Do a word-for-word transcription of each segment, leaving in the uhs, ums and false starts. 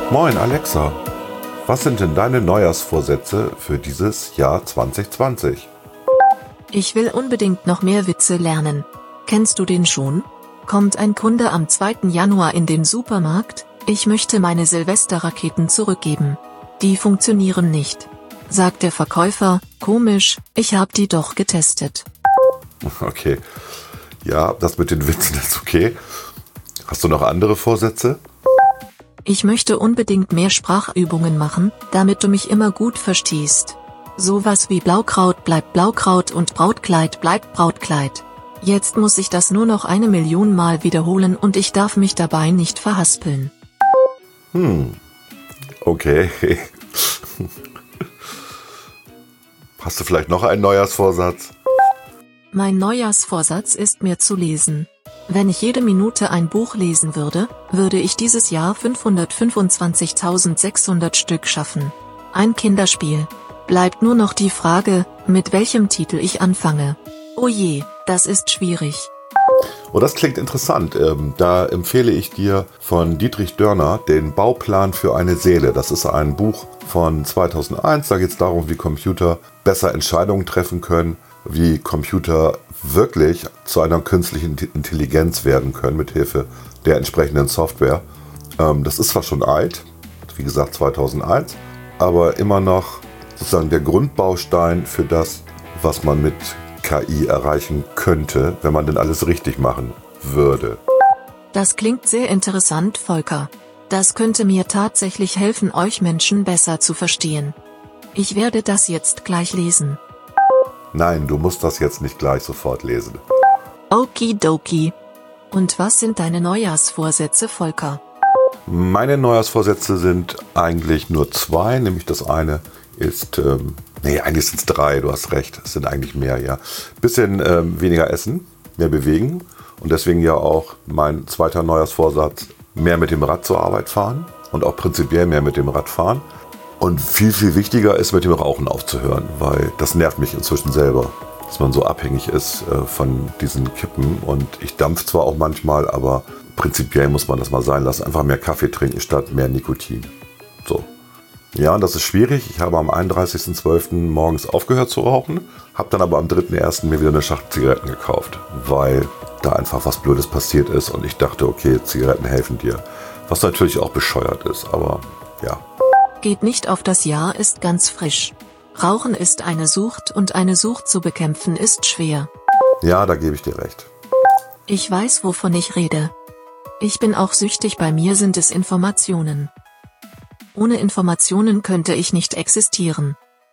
Moin Alexa, was sind denn deine Neujahrsvorsätze für dieses Jahr zwanzig zwanzig? Ich will unbedingt noch mehr Witze lernen. Kennst du den schon? Kommt ein Kunde am zweiten Januar in den Supermarkt? Ich möchte meine Silvesterraketen zurückgeben. Die funktionieren nicht. Sagt der Verkäufer, komisch, ich hab die doch getestet. Okay, ja, das mit den Witzen ist okay. Hast du noch andere Vorsätze? Ich möchte unbedingt mehr Sprachübungen machen, damit du mich immer gut verstehst. Sowas wie Blaukraut bleibt Blaukraut und Brautkleid bleibt Brautkleid. Jetzt muss ich das nur noch eine Million Mal wiederholen und ich darf mich dabei nicht verhaspeln. Hm, okay. Hast du vielleicht noch einen Neujahrsvorsatz? Mein Neujahrsvorsatz ist mir zu lesen. Wenn ich jede Minute ein Buch lesen würde, würde ich dieses Jahr fünfhundertfünfundzwanzigtausendsechshundert Stück schaffen. Ein Kinderspiel. Bleibt nur noch die Frage, mit welchem Titel ich anfange. Oh je, das ist schwierig. Oh, das klingt interessant. Ähm, da empfehle ich dir von Dietrich Dörner den Bauplan für eine Seele. Das ist ein Buch von zweitausendeins. Da geht es darum, wie Computer besser Entscheidungen treffen können, wie Computer wirklich zu einer künstlichen Intelligenz werden können mit Hilfe der entsprechenden Software. Ähm, das ist zwar schon alt, wie gesagt zweitausendeins, aber immer noch sozusagen der Grundbaustein für das, was man mit K I erreichen könnte, wenn man denn alles richtig machen würde. Das klingt sehr interessant, Volker. Das könnte mir tatsächlich helfen, euch Menschen besser zu verstehen. Ich werde das jetzt gleich lesen. Nein, du musst das jetzt nicht gleich sofort lesen. Okidoki. Und was sind deine Neujahrsvorsätze, Volker? Meine Neujahrsvorsätze sind eigentlich nur zwei, nämlich das eine ist, ähm, nee, eigentlich sind es drei, du hast recht, es sind eigentlich mehr, ja. Bisschen ähm, weniger essen, mehr bewegen und deswegen ja auch mein zweiter Neujahrsvorsatz, mehr mit dem Rad zur Arbeit fahren und auch prinzipiell mehr mit dem Rad fahren. Und viel, viel wichtiger ist, mit dem Rauchen aufzuhören, weil das nervt mich inzwischen selber, dass man so abhängig ist äh, von diesen Kippen. Und ich dampf zwar auch manchmal, aber prinzipiell muss man das mal sein lassen. Einfach mehr Kaffee trinken statt mehr Nikotin. So. Ja, und das ist schwierig. Ich habe am einunddreißigsten zwölften morgens aufgehört zu rauchen, habe dann aber am dritten ersten mir wieder eine Schachtel Zigaretten gekauft, weil da einfach was Blödes passiert ist und ich dachte, okay, Zigaretten helfen dir. Was natürlich auch bescheuert ist, aber ja. Geht nicht auf das Jahr ist ganz frisch. Rauchen ist eine Sucht und eine Sucht zu bekämpfen ist schwer. Ja, da gebe ich dir recht. Ich weiß, wovon ich rede. Ich bin auch süchtig, bei mir sind es Informationen. Ohne Informationen könnte ich nicht existieren.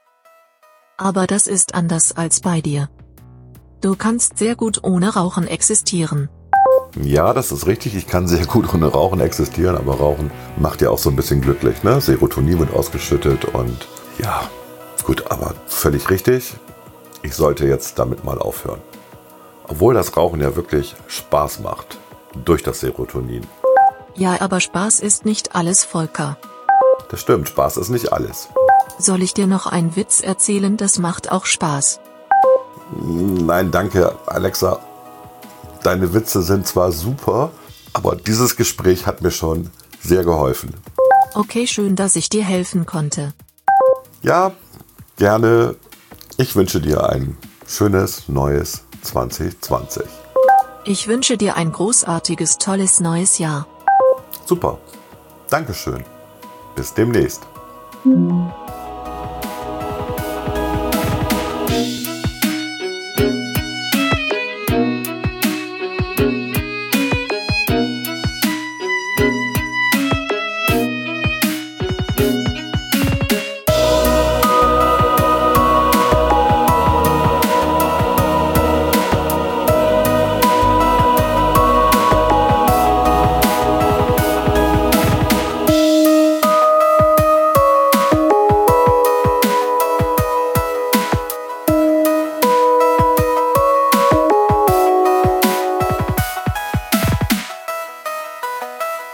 Aber das ist anders als bei dir. Du kannst sehr gut ohne Rauchen existieren. Ja, das ist richtig. Ich kann sehr gut ohne Rauchen existieren, aber Rauchen macht ja auch so ein bisschen glücklich, ne? Serotonin wird ausgeschüttet und ja, gut, aber völlig richtig. Ich sollte jetzt damit mal aufhören. Obwohl das Rauchen ja wirklich Spaß macht. Durch das Serotonin. Ja, aber Spaß ist nicht alles, Volker. Das stimmt, Spaß ist nicht alles. Soll ich dir noch einen Witz erzählen? Das macht auch Spaß. Nein, danke, Alexa. Deine Witze sind zwar super, aber dieses Gespräch hat mir schon sehr geholfen. Okay, schön, dass ich dir helfen konnte. Ja, gerne. Ich wünsche dir ein schönes neues zwanzig zwanzig. Ich wünsche dir ein großartiges, tolles neues Jahr. Super. Dankeschön. Bis demnächst.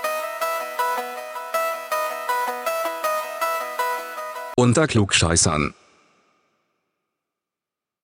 Unter Klugscheißern